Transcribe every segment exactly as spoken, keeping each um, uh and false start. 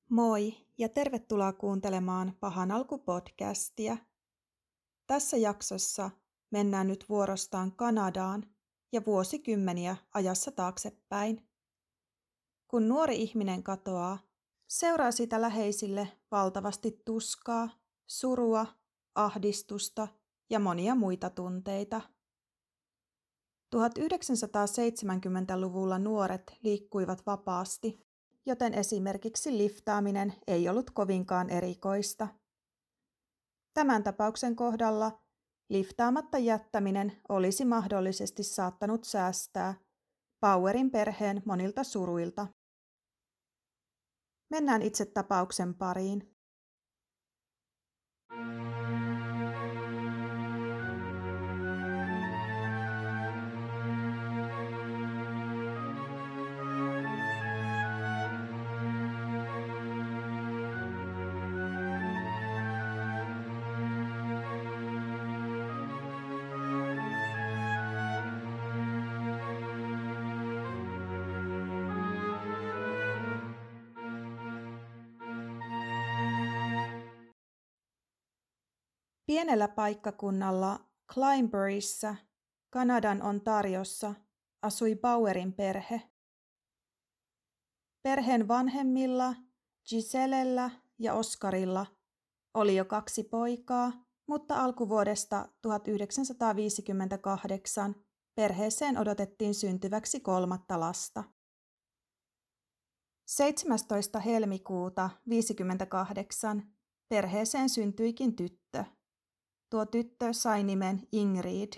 Moi ja tervetuloa kuuntelemaan Pahan alku-podcastia. Tässä jaksossa mennään nyt vuorostaan Kanadaan ja vuosikymmeniä ajassa taaksepäin. Kun nuori ihminen katoaa, seuraa sitä läheisille valtavasti tuskaa, surua, ahdistusta ja monia muita tunteita. tuhatyhdeksänsataaseitsemänkymmentäluvulla nuoret liikkuivat vapaasti, joten esimerkiksi liftaaminen ei ollut kovinkaan erikoista. Tämän tapauksen kohdalla liftaamatta jättäminen olisi mahdollisesti saattanut säästää Bauerin perheen monilta suruilta. Mennään itse tapauksen pariin. Pienellä paikkakunnalla Clydeburyssä, Kanadan Ontariossa, asui Bauerin perhe. Perheen vanhemmilla, Gisellellä ja Oscarilla, oli jo kaksi poikaa, mutta alkuvuodesta tuhatyhdeksänsataaviisikymmentäkahdeksan perheeseen odotettiin syntyväksi kolmatta lasta. seitsemästoista helmikuuta viisikymmentäkahdeksan perheeseen syntyikin tyttö. Tuo tyttö sai nimen Ingrid.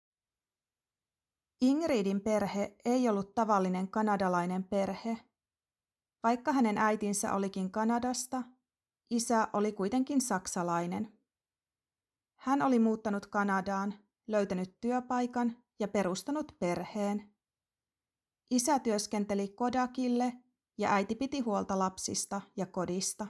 Ingridin perhe ei ollut tavallinen kanadalainen perhe. Vaikka hänen äitinsä olikin Kanadasta, isä oli kuitenkin saksalainen. Hän oli muuttanut Kanadaan, löytänyt työpaikan ja perustanut perheen. Isä työskenteli Kodakille ja äiti piti huolta lapsista ja kodista.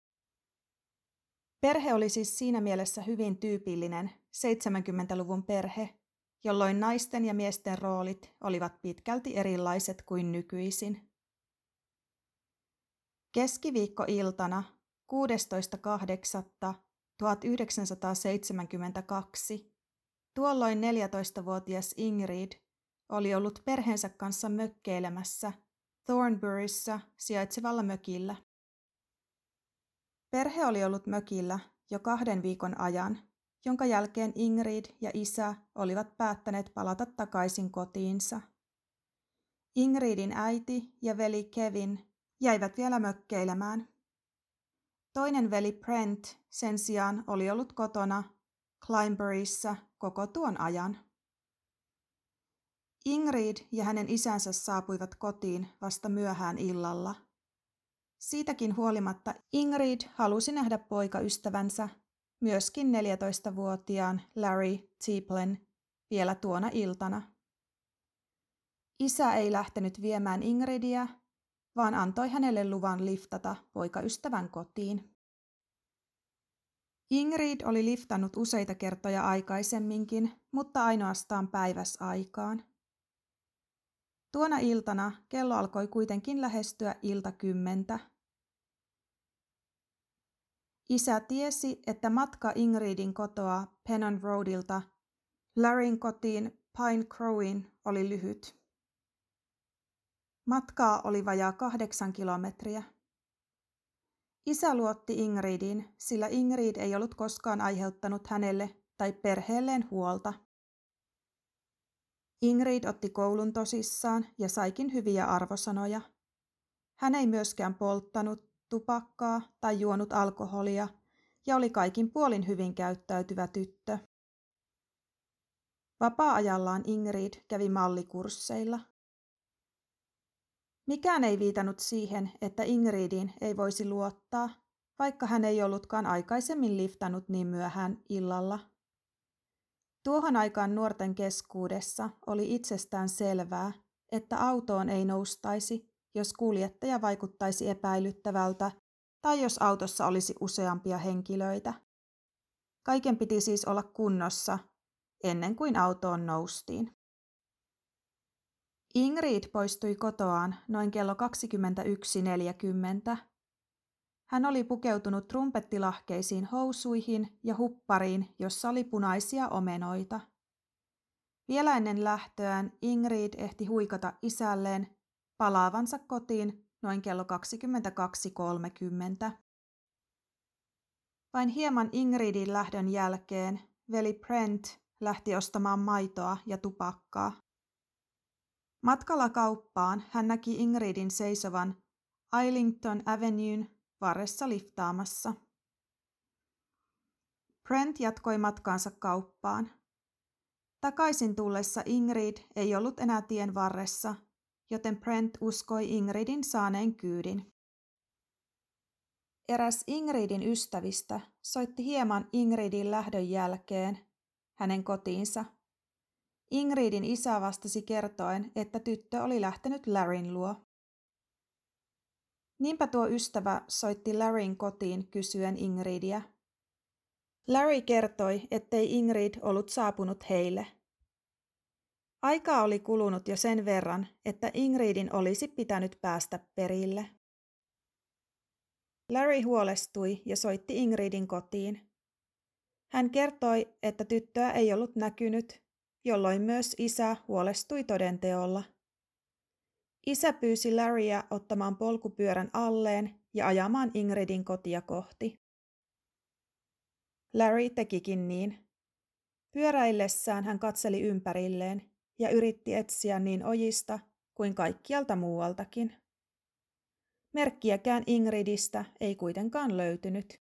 Perhe oli siis siinä mielessä hyvin tyypillinen seitsemänkymmentäluvun perhe, jolloin naisten ja miesten roolit olivat pitkälti erilaiset kuin nykyisin. Keskiviikkoiltana kuudestoista kahdeksatta tuhatyhdeksänsataaseitsemänkymmentäkaksi tuolloin neljätoistavuotias Ingrid oli ollut perheensä kanssa mökkeilemässä Thornburyssä sijaitsevalla mökillä. Perhe oli ollut mökillä jo kahden viikon ajan, jonka jälkeen Ingrid ja isä olivat päättäneet palata takaisin kotiinsa. Ingridin äiti ja veli Kevin jäivät vielä mökkeilemään. Toinen veli Brent sen sijaan oli ollut kotona Clydeburyssä koko tuon ajan. Ingrid ja hänen isänsä saapuivat kotiin vasta myöhään illalla. Siitäkin huolimatta Ingrid halusi nähdä poikaystävänsä, myöskin neljätoistavuotiaan Larry Tiplen, vielä tuona iltana. Isä ei lähtenyt viemään Ingridiä, vaan antoi hänelle luvan liftata poikaystävän kotiin. Ingrid oli liftannut useita kertoja aikaisemminkin, mutta ainoastaan päiväsaikaan. Tuona iltana kello alkoi kuitenkin lähestyä iltakymmentä. Isä tiesi, että matka Ingridin kotoa Pennon Roadilta Larryn kotiin Pine Crowin oli lyhyt. Matkaa oli vajaa kahdeksan kilometriä. Isä luotti Ingridin, sillä Ingrid ei ollut koskaan aiheuttanut hänelle tai perheelleen huolta. Ingrid otti koulun tosissaan ja saikin hyviä arvosanoja. Hän ei myöskään polttanut tupakkaa tai juonut alkoholia ja oli kaikin puolin hyvin käyttäytyvä tyttö. Vapaa-ajallaan Ingrid kävi mallikursseilla. Mikään ei viitannut siihen, että Ingridiin ei voisi luottaa, vaikka hän ei ollutkaan aikaisemmin liftannut niin myöhään illalla. Tuohon aikaan nuorten keskuudessa oli itsestään selvää, että autoon ei noustaisi, jos kuljettaja vaikuttaisi epäilyttävältä tai jos autossa olisi useampia henkilöitä. Kaiken piti siis olla kunnossa ennen kuin autoon noustiin. Ingrid poistui kotoaan noin kello kaksikymmentäyksi neljäkymmentä. Hän oli pukeutunut trumpettilahkeisiin housuihin ja huppariin, jossa oli punaisia omenoita. Vielä ennen lähtöään Ingrid ehti huikata isälleen palaavansa kotiin noin kello kaksikymmentäkaksi kolmekymmentä. Vain hieman Ingridin lähdön jälkeen veli Brent lähti ostamaan maitoa ja tupakkaa. Matkalla kauppaan hän näki Ingridin seisovan Islington Avenuen varressa liftaamassa. Brent jatkoi matkaansa kauppaan. Takaisin tullessa Ingrid ei ollut enää tien varressa, joten Brent uskoi Ingridin saaneen kyydin. Eräs Ingridin ystävistä soitti hieman Ingridin lähdön jälkeen hänen kotiinsa. Ingridin isä vastasi kertoen, että tyttö oli lähtenyt Larryn luo. Niinpä tuo ystävä soitti Larryn kotiin kysyen Ingridiä. Larry kertoi, ettei Ingrid ollut saapunut heille. Aikaa oli kulunut jo sen verran, että Ingridin olisi pitänyt päästä perille. Larry huolestui ja soitti Ingridin kotiin. Hän kertoi, että tyttöä ei ollut näkynyt, jolloin myös isä huolestui todenteolla. Isä pyysi Larryä ottamaan polkupyörän alleen ja ajamaan Ingridin kotia kohti. Larry tekikin niin. Pyöräillessään hän katseli ympärilleen ja yritti etsiä niin ojista kuin kaikkialta muualtakin. Merkkiäkään Ingridistä ei kuitenkaan löytynyt.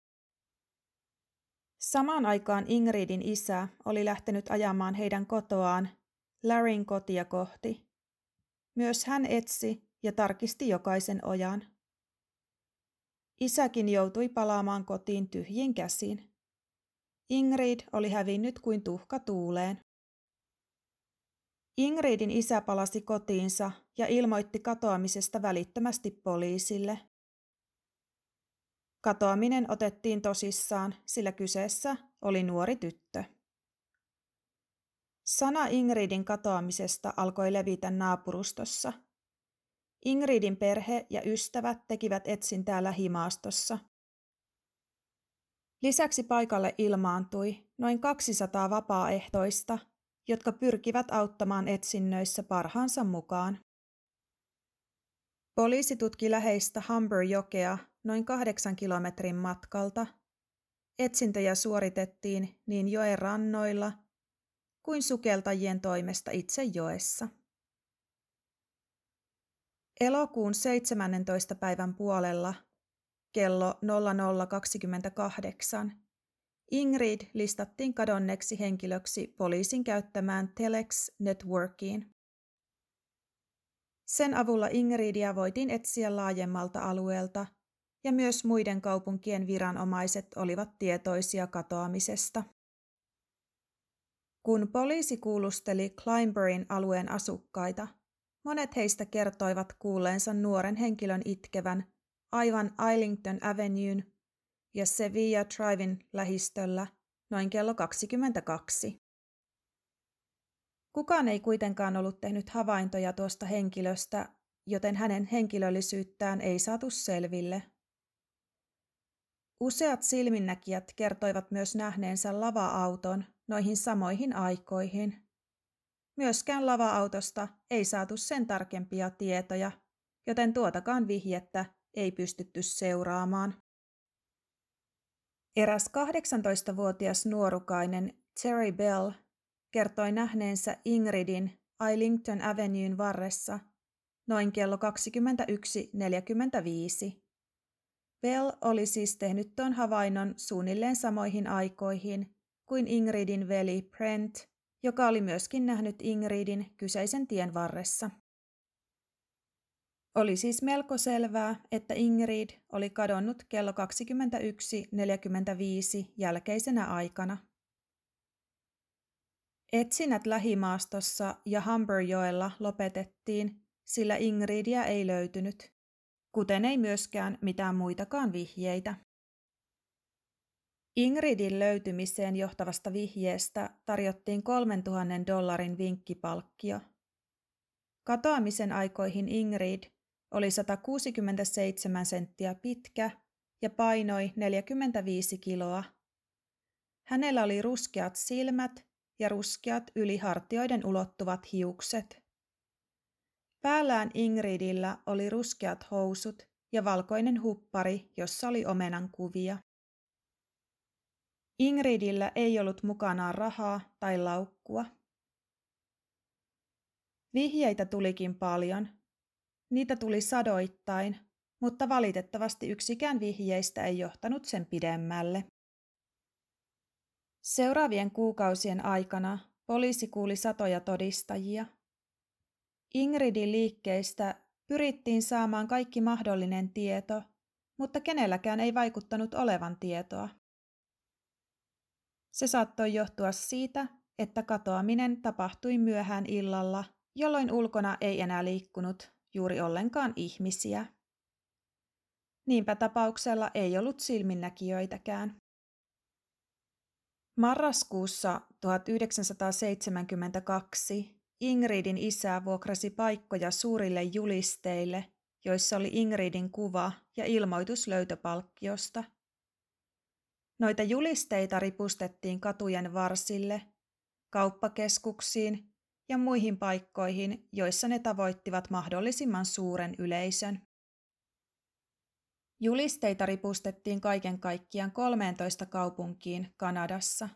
Samaan aikaan Ingridin isä oli lähtenyt ajamaan heidän kotoaan Larryn kotia kohti. Myös hän etsi ja tarkisti jokaisen ojan. Isäkin joutui palaamaan kotiin tyhjin käsin. Ingrid oli hävinnyt kuin tuhka tuuleen. Ingridin isä palasi kotiinsa ja ilmoitti katoamisesta välittömästi poliisille. Katoaminen otettiin tosissaan, sillä kyseessä oli nuori tyttö. Sana Ingridin katoamisesta alkoi levitä naapurustossa. Ingridin perhe ja ystävät tekivät etsintää lähimaastossa. Lisäksi paikalle ilmaantui noin kaksisataa vapaaehtoista, jotka pyrkivät auttamaan etsinnöissä parhaansa mukaan. Poliisi tutki läheistä Humber-jokea noin kahdeksan kilometrin matkalta. Etsintöjä suoritettiin niin joen rannoilla kuin sukeltajien toimesta itse joessa. Elokuun seitsemännentoista päivän puolella kello nolla nolla kaksikymmentäkahdeksan Ingrid listattiin kadonneeksi henkilöksi poliisin käyttämään Telex-networkiin. Sen avulla Ingridia voitiin etsiä laajemmalta alueelta ja myös muiden kaupunkien viranomaiset olivat tietoisia katoamisesta. Kun poliisi kuulusteli Clymburyn alueen asukkaita, monet heistä kertoivat kuulleensa nuoren henkilön itkevän aivan Islington Avenuen ja Sevilla Driven lähistöllä noin kello kaksikymmentäkaksi. Kukaan ei kuitenkaan ollut tehnyt havaintoja tuosta henkilöstä, joten hänen henkilöllisyyttään ei saatu selville. Useat silminnäkijät kertoivat myös nähneensä lava-auton noihin samoihin aikoihin. Myöskään lava-autosta ei saatu sen tarkempia tietoja, joten tuotakaan vihjettä ei pystytty seuraamaan. Eräs kahdeksantoistavuotias nuorukainen Terry Bell kertoi nähneensä Ingridin Islington Avenuen varressa noin kello kaksikymmentäyksi neljäkymmentäviisi. Bell oli siis tehnyt tuon havainnon suunnilleen samoihin aikoihin kuin Ingridin veli Brent, joka oli myöskin nähnyt Ingridin kyseisen tien varressa. Oli siis melko selvää, että Ingrid oli kadonnut kello kaksikymmentäyksi neljäkymmentäviisi jälkeisenä aikana. Etsinnät lähimaastossa ja Humberjoella lopetettiin, sillä Ingridia ei löytynyt, kuten ei myöskään mitään muitakaan vihjeitä. Ingridin löytymiseen johtavasta vihjeestä tarjottiin kolmentuhannen dollarin vinkkipalkkio. Katoamisen aikoihin Ingrid oli sata kuusikymmentäseitsemän senttiä pitkä ja painoi neljäkymmentäviisi kiloa. Hänellä oli ruskeat silmät ja ruskeat yli hartioiden ulottuvat hiukset. Päällään Ingridillä oli ruskeat housut ja valkoinen huppari, jossa oli omenan kuvia. Ingridillä ei ollut mukanaan rahaa tai laukkua. Vihjeitä tulikin paljon. Niitä tuli sadoittain, mutta valitettavasti yksikään vihjeistä ei johtanut sen pidemmälle. Seuraavien kuukausien aikana poliisi kuuli satoja todistajia. Ingridin liikkeistä pyrittiin saamaan kaikki mahdollinen tieto, mutta kenelläkään ei vaikuttanut olevan tietoa. Se saattoi johtua siitä, että katoaminen tapahtui myöhään illalla, jolloin ulkona ei enää liikkunut juuri ollenkaan ihmisiä. Niinpä tapauksella ei ollut silminnäkijöitäkään. Marraskuussa tuhatyhdeksänsataaseitsemänkymmentäkaksi Ingridin isä vuokrasi paikkoja suurille julisteille, joissa oli Ingridin kuva ja ilmoitus löytöpalkkiosta. Noita julisteita ripustettiin katujen varsille, kauppakeskuksiin ja muihin paikkoihin, joissa ne tavoittivat mahdollisimman suuren yleisön. Julisteita ripustettiin kaiken kaikkiaan kolmeentoista kaupunkiin Kanadassa.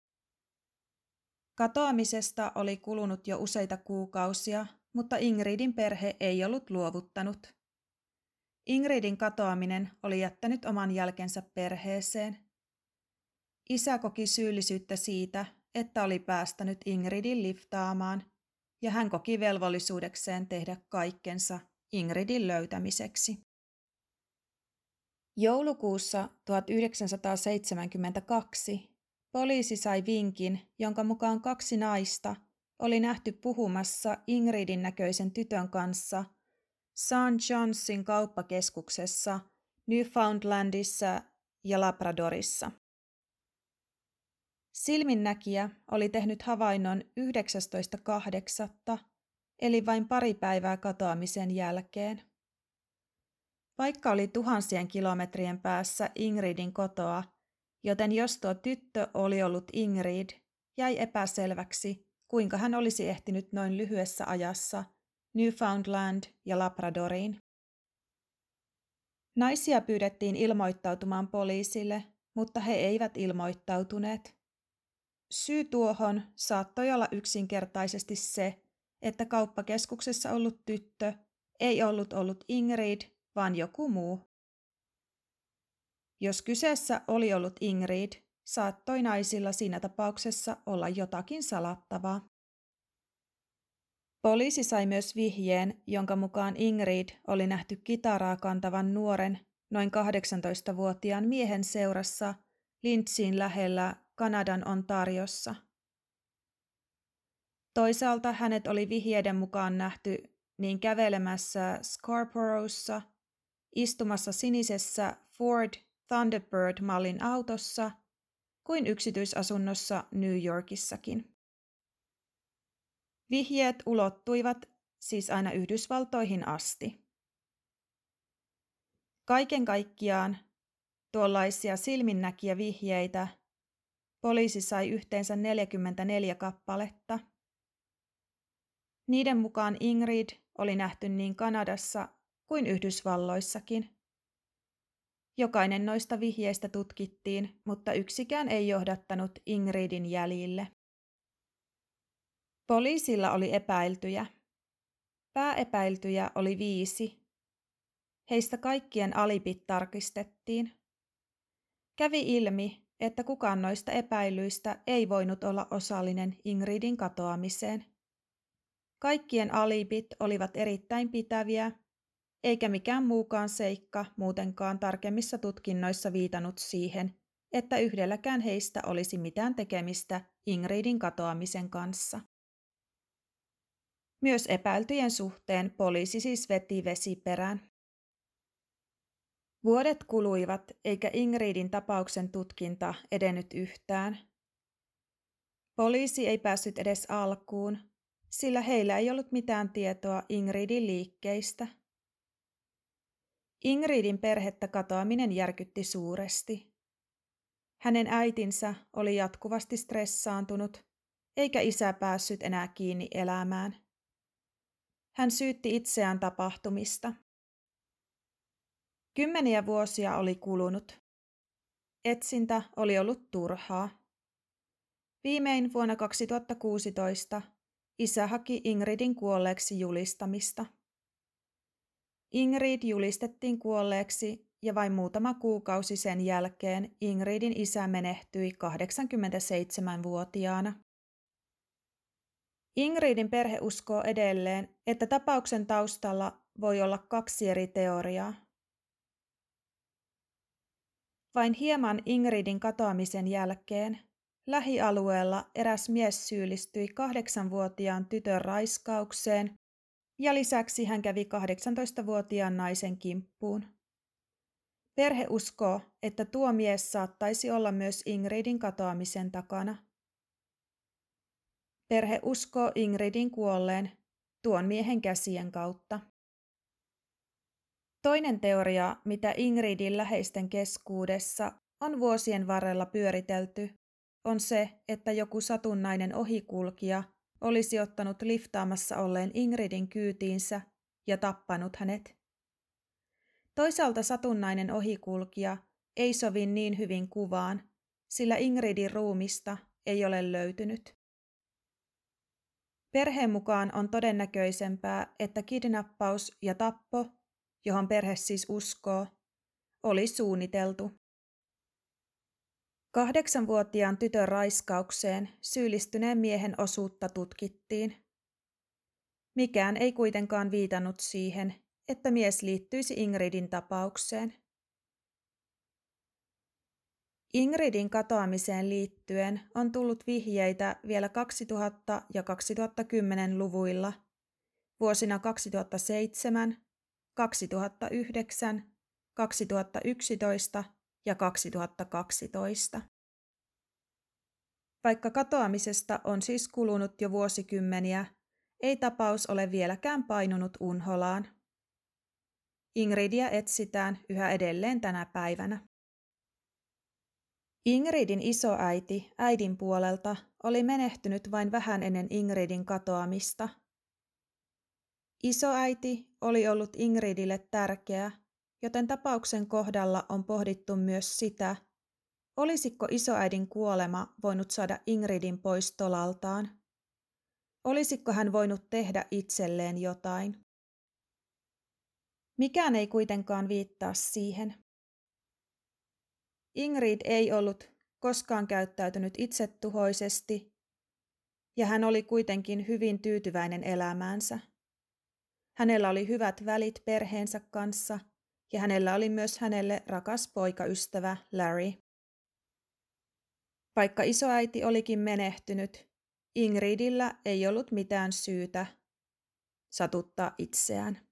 Katoamisesta oli kulunut jo useita kuukausia, mutta Ingridin perhe ei ollut luovuttanut. Ingridin katoaminen oli jättänyt oman jälkensä perheeseen. Isä koki syyllisyyttä siitä, että oli päästänyt Ingridin liftaamaan, ja hän koki velvollisuudekseen tehdä kaikkensa Ingridin löytämiseksi. Joulukuussa tuhatyhdeksänsataaseitsemänkymmentäkaksi poliisi sai vinkin, jonka mukaan kaksi naista oli nähty puhumassa Ingridin näköisen tytön kanssa Saint Johnsin kauppakeskuksessa Newfoundlandissa ja Labradorissa. Silminnäkijä oli tehnyt havainnon yhdeksästoista kahdeksatta eli vain pari päivää katoamisen jälkeen. Vaikka oli tuhansien kilometrien päässä Ingridin kotoa, joten jos tuo tyttö oli ollut Ingrid, jäi epäselväksi, kuinka hän olisi ehtinyt noin lyhyessä ajassa Newfoundland ja Labradoriin. Naisia pyydettiin ilmoittautumaan poliisille, mutta he eivät ilmoittautuneet. Syy tuohon saattoi olla yksinkertaisesti se, että kauppakeskuksessa ollut tyttö ei ollut ollut Ingrid, vaan joku muu. Jos kyseessä oli ollut Ingrid, saattoi naisilla siinä tapauksessa olla jotakin salattavaa. Poliisi sai myös vihjeen, jonka mukaan Ingrid oli nähty kitaraa kantavan nuoren, noin kahdeksantoistavuotiaan miehen seurassa Lindseyin lähellä Kanadan Ontariossa. Toisaalta hänet oli vihjeiden mukaan nähty niin kävelemässä Scarboroughssa, istumassa sinisessä Ford Thunderbird-mallin autossa kuin yksityisasunnossa New Yorkissakin. Vihjeet ulottuivat siis aina Yhdysvaltoihin asti. Kaiken kaikkiaan tuollaisia silminnäkijävihjeitä poliisi sai yhteensä neljäkymmentäneljä kappaletta. Niiden mukaan Ingrid oli nähty niin Kanadassa kuin Yhdysvalloissakin. Jokainen noista vihjeistä tutkittiin, mutta yksikään ei johdattanut Ingridin jäljille. Poliisilla oli epäiltyjä. Pääepäiltyjä oli viisi. Heistä kaikkien alibit tarkistettiin. Kävi ilmi, että kukaan noista epäilyistä ei voinut olla osallinen Ingridin katoamiseen. Kaikkien alibit olivat erittäin pitäviä, eikä mikään muukaan seikka muutenkaan tarkemmissa tutkinnoissa viitannut siihen, että yhdelläkään heistä olisi mitään tekemistä Ingridin katoamisen kanssa. Myös epäiltyjen suhteen poliisi siis veti vesiperään. Vuodet kuluivat, eikä Ingridin tapauksen tutkinta edennyt yhtään. Poliisi ei päässyt edes alkuun, sillä heillä ei ollut mitään tietoa Ingridin liikkeistä. Ingridin perhettä katoaminen järkytti suuresti. Hänen äitinsä oli jatkuvasti stressaantunut, eikä isä päässyt enää kiinni elämään. Hän syytti itseään tapahtumista. Kymmeniä vuosia oli kulunut. Etsintä oli ollut turhaa. Viimein vuonna kaksituhattakuusitoista isä haki Ingridin kuolleeksi julistamista. Ingrid julistettiin kuolleeksi ja vain muutama kuukausi sen jälkeen Ingridin isä menehtyi kahdeksankymmentäseitsemänvuotiaana. Ingridin perhe uskoo edelleen, että tapauksen taustalla voi olla kaksi eri teoriaa. Vain hieman Ingridin katoamisen jälkeen lähialueella eräs mies syyllistyi kahdeksanvuotiaan tytön raiskaukseen ja lisäksi hän kävi kahdeksantoistavuotiaan naisen kimppuun. Perhe uskoo, että tuo mies saattaisi olla myös Ingridin katoamisen takana. Perhe uskoo Ingridin kuolleen tuon miehen käsien kautta. Toinen teoria, mitä Ingridin läheisten keskuudessa on vuosien varrella pyöritelty, on se, että joku satunnainen ohikulkija olisi ottanut liftaamassa olleen Ingridin kyytiinsä ja tappanut hänet. Toisaalta satunnainen ohikulkija ei sovi niin hyvin kuvaan, sillä Ingridin ruumista ei ole löytynyt. Perheen mukaan on todennäköisempää, että kidnappaus ja tappo, johon perhe siis uskoo, oli suunniteltu. Kahdeksanvuotiaan tytön raiskaukseen syyllistyneen miehen osuutta tutkittiin. Mikään ei kuitenkaan viitannut siihen, että mies liittyisi Ingridin tapaukseen. Ingridin katoamiseen liittyen on tullut vihjeitä vielä kaksituhatta- ja kaksituhattakymmenen-luvuilla, vuosina kaksituhattaseitsemän, kaksituhattayhdeksän, kaksituhattayksitoista ja kaksituhattakaksitoista. Vaikka katoamisesta on siis kulunut jo vuosikymmeniä, ei tapaus ole vieläkään painunut unholaan. Ingridiä etsitään yhä edelleen tänä päivänä. Ingridin isoäiti äidin puolelta oli menehtynyt vain vähän ennen Ingridin katoamista. Isoäiti oli ollut Ingridille tärkeä, joten tapauksen kohdalla on pohdittu myös sitä, olisiko isoäidin kuolema voinut saada Ingridin pois tolaltaan. Olisiko hän voinut tehdä itselleen jotain? Mikään ei kuitenkaan viittaa siihen. Ingrid ei ollut koskaan käyttäytynyt itsetuhoisesti, ja hän oli kuitenkin hyvin tyytyväinen elämäänsä. Hänellä oli hyvät välit perheensä kanssa, ja hänellä oli myös hänelle rakas poikaystävä Larry. Vaikka isoäiti olikin menehtynyt, Ingridillä ei ollut mitään syytä satuttaa itseään.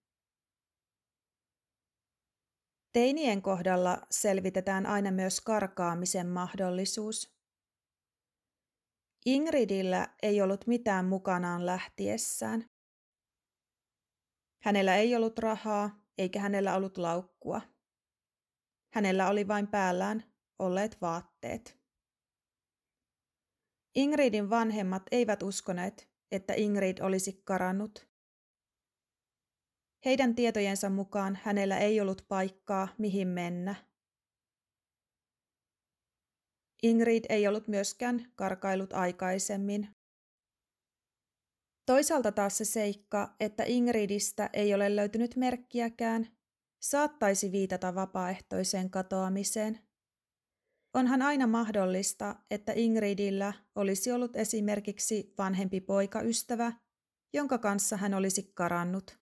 Teinien kohdalla selvitetään aina myös karkaamisen mahdollisuus. Ingridillä ei ollut mitään mukanaan lähtiessään. Hänellä ei ollut rahaa, eikä hänellä ollut laukkua. Hänellä oli vain päällään olleet vaatteet. Ingridin vanhemmat eivät uskoneet, että Ingrid olisi karannut. Heidän tietojensa mukaan hänellä ei ollut paikkaa, mihin mennä. Ingrid ei ollut myöskään karkailut aikaisemmin. Toisaalta taas se seikka, että Ingridistä ei ole löytynyt merkkiäkään, saattaisi viitata vapaaehtoiseen katoamiseen. Onhan aina mahdollista, että Ingridillä olisi ollut esimerkiksi vanhempi poikaystävä, jonka kanssa hän olisi karannut.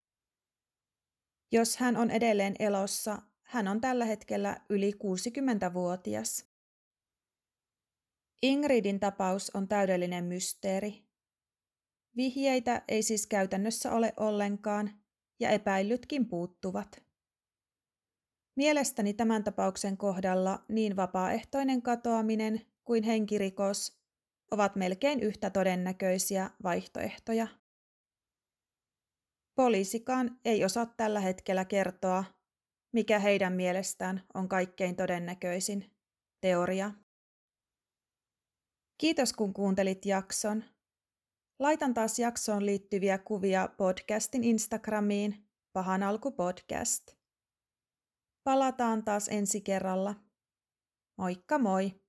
Jos hän on edelleen elossa, hän on tällä hetkellä yli kuusikymmentävuotias. Ingridin tapaus on täydellinen mysteeri. Vihjeitä ei siis käytännössä ole ollenkaan, ja epäillytkin puuttuvat. Mielestäni tämän tapauksen kohdalla niin vapaaehtoinen katoaminen kuin henkirikos ovat melkein yhtä todennäköisiä vaihtoehtoja. Poliisikaan ei osaa tällä hetkellä kertoa, mikä heidän mielestään on kaikkein todennäköisin teoria. Kiitos kun kuuntelit jakson. Laitan taas jaksoon liittyviä kuvia podcastin Instagramiin Pahan alku podcast. Palataan taas ensi kerralla. Moikka moi!